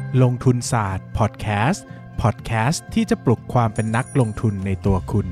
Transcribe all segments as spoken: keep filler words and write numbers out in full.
ลงทุนศาสตร์พอดแคสต์พอดแคสต์ที่จะปลุกความเป็นนักลงทุนในตัวคุณ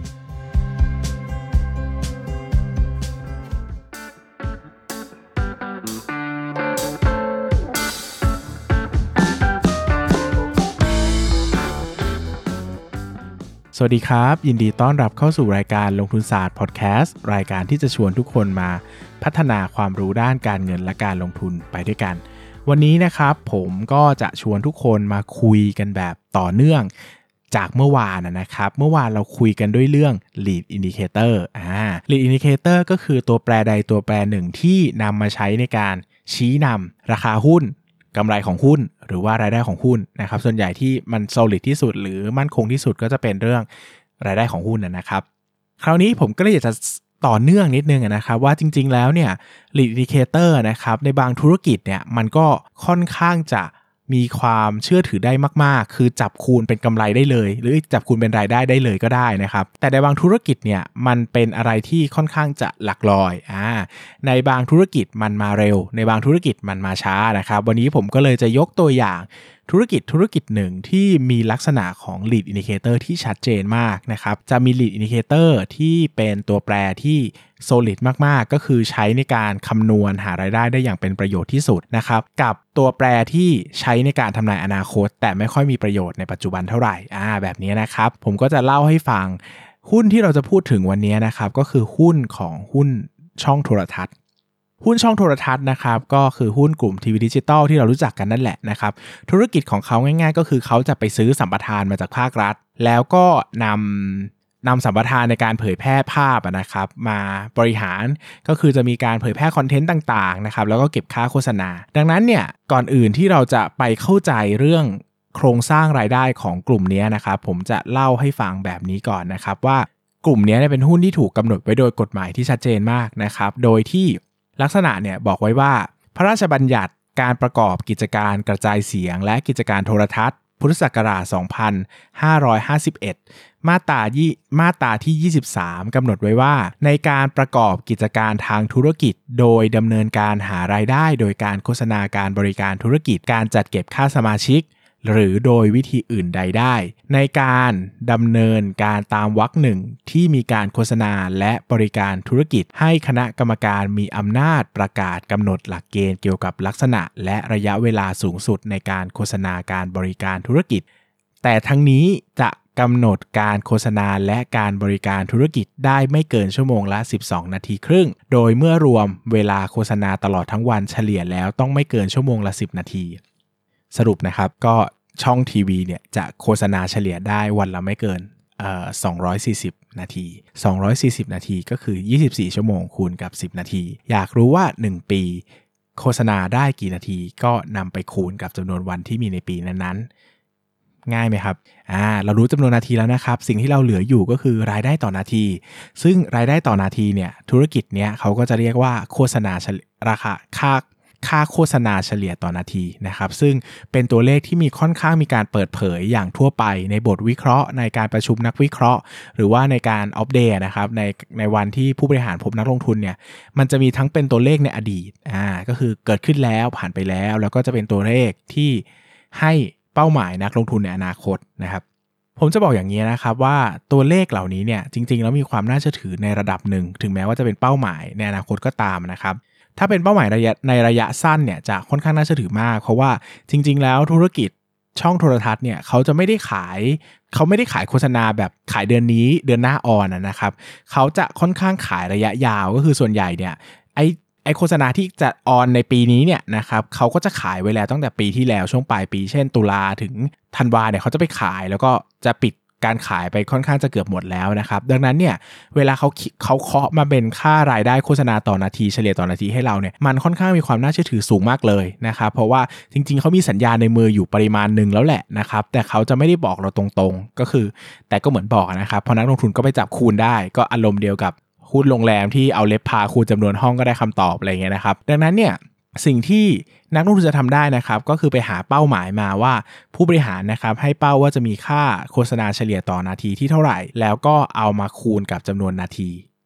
สวัสดีครับยินดีต้อนรับเข้าสู่รายการลงทุนศาสตร์พอดแคสต์รายการที่จะชวนทุกคนมาพัฒนาความรู้ด้านการเงินและการลงทุนไปด้วยกันวันนี้นะครับผมก็จะชวนทุกคนมาคุยกันแบบต่อเนื่องจากเมื่อวานนะครับเมื่อวานเราคุยกันด้วยเรื่อง lead indicator อ่า lead indicator ก็คือตัวแปรใดตัวแปรหนึ่งที่นำมาใช้ในการชี้นำราคาหุ้นกำไรของหุ้นหรือว่ารายได้ของหุ้นนะครับส่วนใหญ่ที่มัน solid ที่สุดหรือมั่นคงที่สุดก็จะเป็นเรื่องรายได้ของหุ้นนะครับคราวนี้ผมก็เลยอยากจะต่อเนื่องนิดนึงนะครับว่าจริงๆแล้วเนี่ย lead indicator นะครับในบางธุรกิจเนี่ยมันก็ค่อนข้างจะมีความเชื่อถือได้มากๆคือจับคูณเป็นกำไรได้เลยหรือจับคูณเป็นรายได้ได้เลยก็ได้นะครับแต่ในบางธุรกิจเนี่ยมันเป็นอะไรที่ค่อนข้างจะหลักลอยอ่าในบางธุรกิจมันมาเร็วในบางธุรกิจมันมาช้านะครับวันนี้ผมก็เลยจะยกตัวอย่างธุรกิจธุรกิจหนึ่งที่มีลักษณะของ lead indicator ที่ชัดเจนมากนะครับจะมี lead indicator ที่เป็นตัวแปรที่ solid มากๆก็คือใช้ในการคำนวณหารายได้ได้อย่างเป็นประโยชน์ที่สุดนะครับกับตัวแปรที่ใช้ในการทำนายอนาคตแต่ไม่ค่อยมีประโยชน์ในปัจจุบันเท่าไหร่อ่าแบบนี้นะครับผมก็จะเล่าให้ฟังหุ้นที่เราจะพูดถึงวันนี้นะครับก็คือหุ้นของหุ้นช่องโทรทัศน์หุ้นช่องโทรทัศน์นะครับก็คือหุ้นกลุ่มทีวีดิจิตอลที่เรารู้จักกันนั่นแหละนะครับธุรกิจของเขาง่ายๆก็คือเขาจะไปซื้อสัมปทานมาจากภาครัฐแล้วก็นำนำสัมปทานในการเผยแพร่ภาพนะครับมาบริหารก็คือจะมีการเผยแพร่คอนเทนต์ต่างๆนะครับแล้วก็เก็บค่าโฆษณาดังนั้นเนี่ยก่อนอื่นที่เราจะไปเข้าใจเรื่องโครงสร้างรายได้ของกลุ่มนี้นะครับผมจะเล่าให้ฟังแบบนี้ก่อนนะครับว่ากลุ่มนี้เป็นหุ้นที่ถูกกำหนดไว้โดยกฎหมายที่ชัดเจนมากนะครับโดยที่ลักษณะเนี่ยบอกไว้ว่าพระราชบัญญัติการประกอบกิจการกระจายเสียงและกิจการโทรทัศน์พุทธศักราชสองพันห้าร้อยห้าสิบเอ็ดมาตรายี่มาตราที่ยี่สิบสามกำหนดไว้ว่าในการประกอบกิจการทางธุรกิจโดยดำเนินการหารายได้โดยการโฆษณาการบริการธุรกิจการจัดเก็บค่าสมาชิกหรือโดยวิธีอื่นใดได้ในการดำเนินการตามวรรคหนึ่งที่มีการโฆษณาและบริการธุรกิจให้คณะกรรมการมีอำนาจประกาศกำหนดหลักเกณฑ์เกี่ยวกับลักษณะและระยะเวลาสูงสุดในการโฆษณาการบริการธุรกิจแต่ทั้งนี้จะกำหนดการโฆษณาและการบริการธุรกิจได้ไม่เกินชั่วโมงละสิบสองนาทีครึ่งโดยเมื่อรวมเวลาโฆษณาตลอดทั้งวันเฉลี่ยแล้วต้องไม่เกินชั่วโมงละสิบนาทีสรุปนะครับก็ช่องทีวีเนี่ยจะโฆษณาเฉลี่ยได้วันละไม่เกินเอ่อสองร้อยสี่สิบนาทีสองร้อยสี่สิบนาทีก็คือยี่สิบสี่ชั่วโมงคูณกับสิบนาทีอยากรู้ว่าหนึ่งปีโฆษณาได้กี่นาทีก็นำไปคูณกับจำนวนวันที่มีในปีนั้นๆง่ายไหมครับอ่าเรารู้จำนวนนาทีแล้วนะครับสิ่งที่เราเหลืออยู่ก็คือรายได้ต่อนาทีซึ่งรายได้ต่อนาทีเนี่ยธุรกิจเนี้ยเขาก็จะเรียกว่าโฆษณาราคาค่าค่าโฆษณาเฉลี่ยต่อนาทีนะครับซึ่งเป็นตัวเลขที่มีค่อนข้างมีการเปิดเผยอย่างทั่วไปในบทวิเคราะห์ในการประชุมนักวิเคราะห์หรือว่าในการอัปเดตนะครับในในวันที่ผู้บริหารพบนักลงทุนเนี่ยมันจะมีทั้งเป็นตัวเลขในอดีตอ่าก็คือเกิดขึ้นแล้วผ่านไปแล้วแล้วก็จะเป็นตัวเลขที่ให้เป้าหมายนักลงทุนในอนาคตนะครับผมจะบอกอย่างนี้นะครับว่าตัวเลขเหล่านี้เนี่ยจริงๆแล้วมีความน่าเชื่อถือในระดับหนึ่งถึงแม้ว่าจะเป็นเป้าหมายในอนาคตก็ตามนะครับถ้าเป็นเป้าหมายระยะในระยะสั้นเนี่ยจะค่อนข้างน่าเชื่อถือมากเพราะว่าจริงๆแล้วธุรกิจช่องโทรทัศน์เนี่ยเขาจะไม่ได้ขายเขาไม่ได้ขายโฆษณาแบบขายเดือนนี้เดือนหน้าออนนะครับเขาจะค่อนข้างขายระยะยาวก็คือส่วนใหญ่เนี่ยไอไอโฆษณาที่จะออนในปีนี้เนี่ยนะครับเขาก็จะขายไว้แล้วตั้งแต่ปีที่แล้วช่วงปลายปีเช่นตุลาถึงธันวาเนี่ยเขาจะไปขายแล้วก็จะปิดการขายไปค่อนข้างจะเกือบหมดแล้วนะครับดังนั้นเนี่ยเวลาเขาเขาเคาะมาเป็นค่ารายได้โฆษณาต่อนาทีเฉลี่ยต่อนาทีให้เราเนี่ยมันค่อนข้างมีความน่าเชื่อถือสูงมากเลยนะครับเพราะว่าจริงๆเขามีสัญญาในมืออยู่ปริมาณหนึ่งแล้วแหละนะครับแต่เขาจะไม่ได้บอกเราตรงๆก็คือแต่ก็เหมือนบอกนะครับพอนักลงทุนก็ไปจับคูณได้ก็อารมณ์เดียวกับหุ้นโรงแรมที่เอาเล็บพาคูณจำนวนห้องก็ได้คำตอบอะไรเงี้ยนะครับดังนั้นเนี่ยสิ่งที่นักลงทุนจะทำได้นะครับก็คือไปหาเป้าหมายมาว่าผู้บริหารนะครับให้เป้าว่าจะมีค่าโฆษณาเฉลี่ยต่อนาทีที่เท่าไหร่แล้วก็เอามาคูณกับจำนวนนาที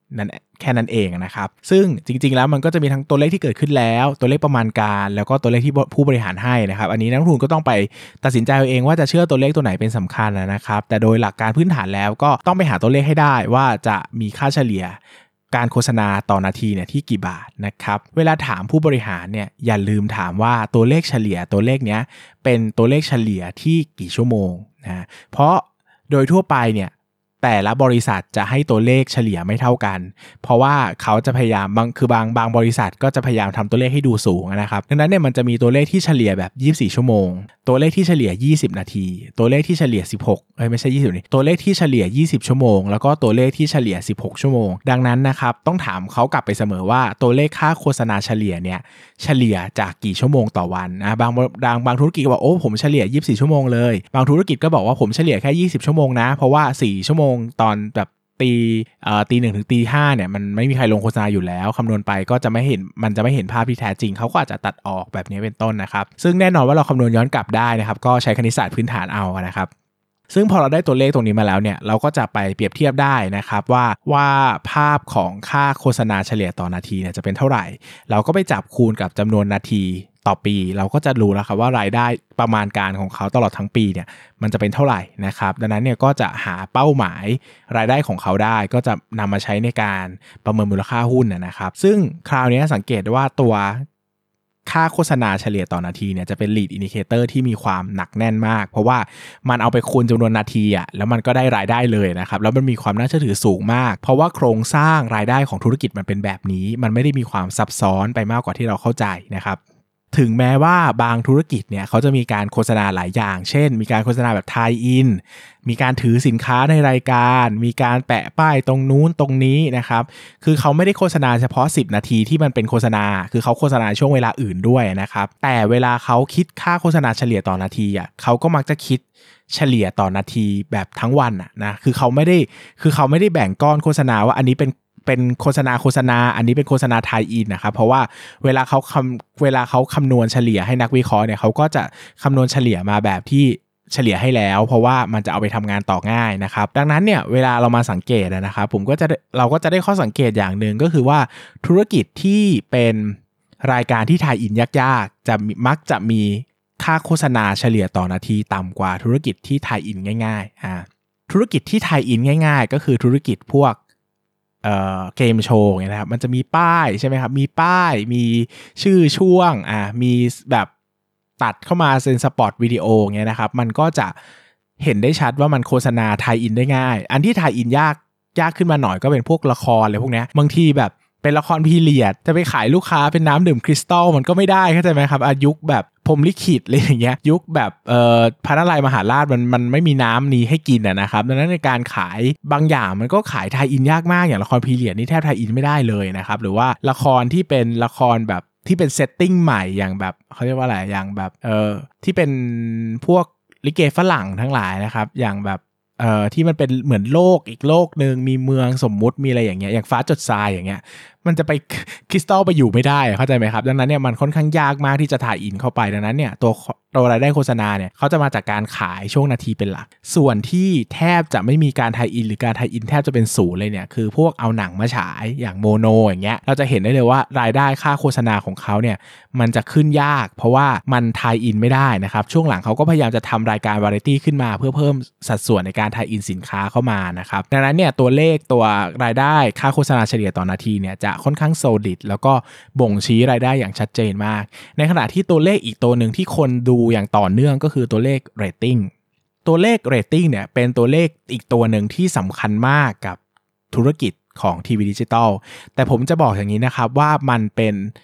นั่นแค่นั้นเองนะครับซึ่งจริงๆแล้วมันก็จะมีทั้งตัวเลขที่เกิดขึ้นแล้วตัวเลขประมาณการแล้วก็ตัวเลขที่ผู้บริหารให้นะครับอันนี้นักลงทุนก็ต้องไปตัดสินใจเอาเองว่าจะเชื่อตัวเลขตัวไหนเป็นสำคัญนะครับแต่โดยหลักการพื้นฐานแล้วก็ต้องไปหาตัวเลขให้ได้ว่าจะมีค่าเฉลี่ยการโฆษณาต่อนาทีเนี่ยที่กี่บาทนะครับเวลาถามผู้บริหารเนี่ยอย่าลืมถามว่าตัวเลขเฉลี่ยตัวเลขเนี้ยเป็นตัวเลขเฉลี่ยที่กี่ชั่วโมงนะเพราะโดยทั่วไปเนี่ยแต่ละบริษัทจะให้ตัวเลขเฉลี่ยไม่เท่ากันเพราะว่าเขาจะพยายามบางคือบางบางบริษัทก็จะพยายามทำตัวเลขให้ดูสูงนะครับดังนั้นเนี่ยมันจะมีตัวเลขที่เฉลี่ยแบบยี่สิบสี่ชั่วโมงตัวเลขที่เฉลี่ยยี่สิบนาทีตัวเลขที่เฉลี่ยสิบหกเอ้ยไม่ใช่ยี่สิบนี่ตัวเลขที่เฉลี่ยยี่สิบชั่วโมงแล้วก็ตัวเลขที่เฉลี่ยสิบหกชั่วโมงดังนั้นนะครับต้องถามเขากลับไปเสมอว่าตัวเลขค่าโฆษณาเฉลี่ยเนี่ยเฉลี่ยจากกี่ชั่วโมงต่อวันนะบางบางบางธุรกิจก็บอกโอ้ผมเฉลี่ยยี่สิบสี่ชั่วโมงเลยบางธุรกิจก็บอกว่าผมเฉลี่ยแค่ยี่สิบชั่วโมงนะเพราะว่าสี่ชั่วโมงตอนแบบตีเอ่อตีหนึ่งถึงตีห้าเนี่ยมันไม่มีใครลงโฆษณาอยู่แล้วคำนวณไปก็จะไม่เห็นมันจะไม่เห็นภาพที่แท้จริงเขาก็อาจจะตัดออกแบบนี้เป็นต้นนะครับซึ่งแน่นอนว่าเราคำนวณย้อนกลับได้นะครับก็ใช้คณิตศาสตร์พื้นฐานเอานะครับซึ่งพอเราได้ตัวเลขตรงนี้มาแล้วเนี่ยเราก็จะไปเปรียบเทียบได้นะครับว่าว่าภาพของค่าโฆษณาเฉลี่ยต่อนาทีเนี่ยจะเป็นเท่าไหร่เราก็ไปจับคูณกับจำนวนนาทีต่อปีเราก็จะรู้แล้วครับว่ารายได้ประมาณการของเขาตลอดทั้งปีเนี่ยมันจะเป็นเท่าไหร่นะครับดังนั้นเนี่ยก็จะหาเป้าหมายรายได้ของเขาได้ก็จะนำมาใช้ในการประเมินมูลค่าหุ้นนะครับซึ่งคราวนี้สังเกตว่าตัวค่าโฆษณาเฉลี่ยต่อนาทีเนี่ยจะเป็น lead indicator ที่มีความหนักแน่นมากเพราะว่ามันเอาไปคูณจำนวนนาทีอ่ะแล้วมันก็ได้รายได้เลยนะครับแล้วมันมีความน่าเชื่อถือสูงมากเพราะว่าโครงสร้างรายได้ของธุรกิจมันเป็นแบบนี้มันไม่ได้มีความซับซ้อนไปมากกว่าที่เราเข้าใจนะครับถึงแม้ว่าบางธุรกิจเนี่ยเขาจะมีการโฆษณาหลายอย่างเช่นมีการโฆษณาแบบไทยอินมีการถือสินค้าในรายการมีการแปะป้ายตรงนู้นตรงนี้นะครับคือเขาไม่ได้โฆษณาเฉพาะสิบนาทีที่มันเป็นโฆษณาคือเขาโฆษณาช่วงเวลาอื่นด้วยนะครับแต่เวลาเขาคิดค่าโฆษณาเฉลี่ยต่อนาทีอ่ะเขาก็มักจะคิดเฉลี่ยต่อนาทีแบบทั้งวันอ่ะนะคือเขาไม่ได้คือเขาไม่ได้แบ่งก้อนโฆษณาว่าอันนี้เป็นเป็นโฆษณาโฆษณาอันนี้เป็นโฆษณาไทยอินนะครับเพราะว่าเวลาเขาคำเวลาเขาคำนวณเฉลี่ยให้นักวิเคราะห์เนี่ยเขาก็จะคำนวณเฉลี่ยมาแบบที่เฉลี่ยให้แล้วเพราะว่ามันจะเอาไปทำงานต่อง่ายนะครับดังนั้นเนี่ยเวลาเรามาสังเกตนะครับผมก็จะเราก็จะได้ข้อสังเกตอย่างหนึ่งก็คือว่าธุรกิจที่เป็นรายการที่ไทยอินยากๆจะมักจะมีค่าโฆษณาเฉลี่ยต่อนาทีต่ำกว่าธุรกิจที่ไทยอินง่ายๆอ่าธุรกิจที่ไทยอินง่ายๆก็คือธุรกิจพวกเอ่อเกมโชว์เนี่ยนะครับมันจะมีป้ายใช่ไหมครับมีป้ายมีชื่อช่วงอ่ามีแบบตัดเข้ามาเป็นสปอตวิดีโอเงี้ยนะครับมันก็จะเห็นได้ชัดว่ามันโฆษณาไทยอินได้ง่ายอันที่ไทยอินยากยากขึ้นมาหน่อยก็เป็นพวกละครอะไรพวกเนี้ยบางทีแบบเป็นละครพีเรียดจะไปขายลูกค้าเป็นน้ำดื่มคริสตัลมันก็ไม่ได้เข้าใจไหมครับอายุคแบบพรหมลิขิตอะไรอย่างเงี้ยยุคแบบเอ่อพระนารายณ์มหาราชมันมันไม่มีน้ำนี้ให้กินนะครับดังนั้นในการขายบางอย่างมันก็ขายไทยอินยากมากอย่างละครพีเรียดนี่แทบไทยอินไม่ได้เลยนะครับหรือว่าละครที่เป็นละครแบบที่เป็นเซตติ้งใหม่อย่างแบบเขาเรียกว่าอะไรอย่างแบบเอ่อที่เป็นพวกลิเกฝรั่งทั้งหลายนะครับอย่างแบบเอ่อที่มันเป็นเหมือนโลกอีกโลกนึงมีเมืองสมมุติมีอะไรอย่างเงี้ยอย่างฟ้าจดทรายอย่างเงี้ยมันจะไปคริสตัลไปอยู่ไม่ได้เข้าใจไหมครับดังนั้นเนี่ยมันค่อนข้างยากมากที่จะถ่ายอินเข้าไปดังนั้นเนี่ยตัวตัวรายได้โฆษณาเนี่ยเขาจะมาจากการขายช่วงนาทีเป็นหลักส่วนที่แทบจะไม่มีการถ่ายอินหรือการถ่ายอินแทบจะเป็นศูนย์เลยเนี่ยคือพวกเอาหนังมาฉายอย่างโมโนอย่างเงี้ยเราจะเห็นได้เลยว่ารายได้ค่าโฆษณาของเขาเนี่ยมันจะขึ้นยากเพราะว่ามันถ่ายอินไม่ได้นะครับช่วงหลังเขาก็พยายามจะทำรายการวาไรตี้ขึ้นมาเพื่อเพิ่มสัดส่วนในการถ่ายอินสินค้าเข้ามานะครับดังนั้นเนี่ยตัวเลขตัวรายได้ค่าโฆษณาเฉลี่ยต่อนาทีเนี่ยจะค่อนข้างโซลิดแล้วก็บ่งชี้รายได้อย่างชัดเจนมากในขณะที่ตัวเลขอีกตัวหนึ่งที่คนดูอย่างต่อเนื่องก็คือตัวเลขเรตติ้งตัวเลขเรตติ้งเนี่ยเป็นตัวเลขอีกตัวหนึ่งที่สำคัญมากกับธุรกิจของทีวีดิจิตอลแต่ผมจะบอกอย่างนี้นะครับว่ามันเป็น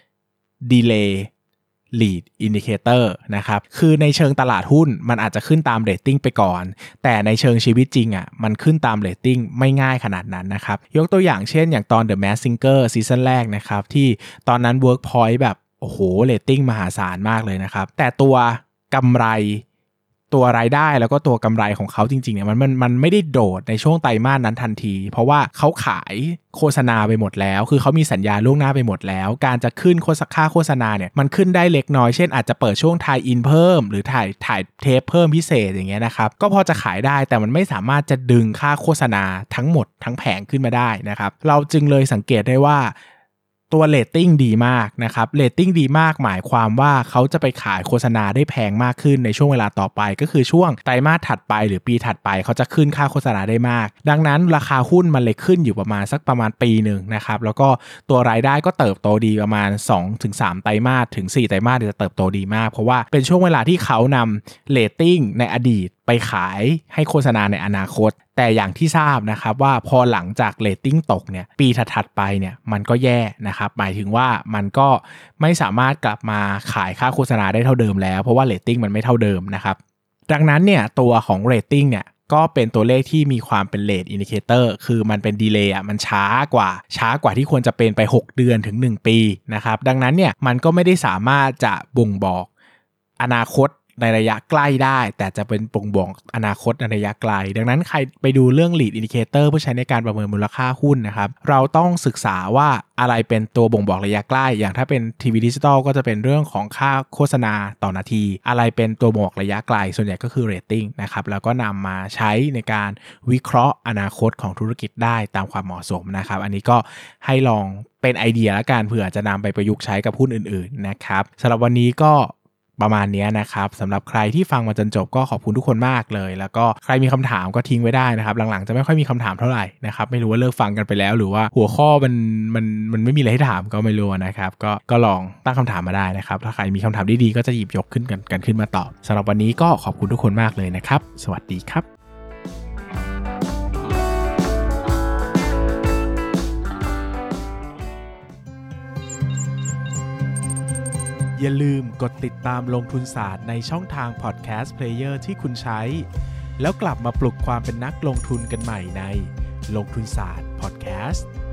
delay lead indicator นะครับคือในเชิงตลาดหุ้นมันอาจจะขึ้นตามเรตติ้งไปก่อนแต่ในเชิงชีวิตจริงอ่ะมันขึ้นตามเรตติ้งไม่ง่ายขนาดนั้นนะครับยกตัวอย่างเช่นอย่างตอน The Masked Singer ซีซั่นแรกนะครับที่ตอนนั้น Workpoint แบบโอ้โหเรตติ้งมหาศาลมากเลยนะครับแต่ตัวกำไรตัวรายได้แล้วก็ตัวกำไรของเขาจริงๆเนี่ยมันมันมันไม่ได้โดดในช่วงไตรมาสนั้นทันทีเพราะว่าเขาขายโฆษณาไปหมดแล้วคือเขามีสัญญาล่วงหน้าไปหมดแล้วการจะขึ้นโฆษค่าโฆษณาเนี่ยมันขึ้นได้เล็กน้อยเช่นอาจจะเปิดช่วงไทยอินเพิ่มหรือถ่ายถ่ายเทปเพิ่มพิเศษอย่างเงี้ยนะครับก็พอจะขายได้แต่มันไม่สามารถจะดึงค่าโฆษณาทั้งหมดทั้งแผงขึ้นมาได้นะครับเราจึงเลยสังเกตได้ว่าตัวเรตติ้งดีมากนะครับเรตติ้งดีมากหมายความว่าเขาจะไปขายโฆษณาได้แพงมากขึ้นในช่วงเวลาต่อไปก็คือช่วงไตรมาสถัดไปหรือปีถัดไปเขาจะขึ้นค่าโฆษณาได้มากดังนั้นราคาหุ้นมันเลยขึ้นอยู่ประมาณสักประมาณปีหนึ่งนะครับแล้วก็ตัวรายได้ก็เติบโตดีประมาณ สองถึงสาม ไตรมาสถึงสี่ไตรมาสจะเติบโตดีมากเพราะว่าเป็นช่วงเวลาที่เขานำเรตติ้งในอดีตไปขายให้โฆษณาในอนาคตแต่อย่างที่ทราบนะครับว่าพอหลังจากเรตติ้งตกเนี่ยปีถัดๆไปเนี่ยมันก็แย่นะครับหมายถึงว่ามันก็ไม่สามารถกลับมาขายค่าโฆษณาได้เท่าเดิมแล้วเพราะว่าเรตติ้งมันไม่เท่าเดิมนะครับดังนั้นเนี่ยตัวของเรตติ้งเนี่ยก็เป็นตัวเลขที่มีความเป็น lead indicator คือมันเป็นดีเลย์อ่ะมันช้ากว่าช้ากว่าที่ควรจะเป็นไปหกเดือนถึงหนึ่งปีนะครับดังนั้นเนี่ยมันก็ไม่ได้สามารถจะบ่งบอกอนาคตในระยะใกล้ได้แต่จะเป็นบ่งบอกอนาคตในระยะไกลดังนั้นใครไปดูเรื่อง lead indicator เพื่อใช้ในการประเมินมูลค่าหุ้นนะครับเราต้องศึกษาว่าอะไรเป็นตัวบ่งบอกระยะใกล้อย่างถ้าเป็นทีวีดิจิตอลก็จะเป็นเรื่องของค่าโฆษณาต่อนาทีอะไรเป็นตัวบ่งบอกระยะไกลส่วนใหญ่ก็คือ rating นะครับแล้วก็นำมาใช้ในการวิเคราะห์อนาคตของธุรกิจได้ตามความเหมาะสมนะครับอันนี้ก็ให้ลองเป็นไอเดียละกันเผื่อจะนำไปประยุกต์ใช้กับหุ้นอื่นๆนะครับสำหรับวันนี้ก็ประมาณนี้นะครับสำหรับใครที่ฟังมาจนจบก็ขอบคุณทุกคนมากเลยแล้วก็ใครมีคำถามก็ทิ้งไว้ได้นะครับหลังๆจะไม่ค่อยมีคำถามเท่าไหร่นะครับไม่รู้ว่าเลิกฟังกันไปแล้วหรือว่าหัวข้อมันมันมันไม่มีอะไรให้ถามก็ไม่รู้นะครับก็ก็ลองตั้งคำถามมาได้นะครับถ้าใครมีคำถามดีๆก็จะหยิบยกขึ้นกันกันขึ้นมาตอบสำหรับวันนี้ก็ขอบคุณทุกคนมากเลยนะครับสวัสดีครับอย่าลืมกดติดตามลงทุนศาสตร์ในช่องทางพอดแคสต์เพลเยอร์ที่คุณใช้แล้วกลับมาปลุกความเป็นนักลงทุนกันใหม่ในลงทุนศาสตร์พอดแคสต์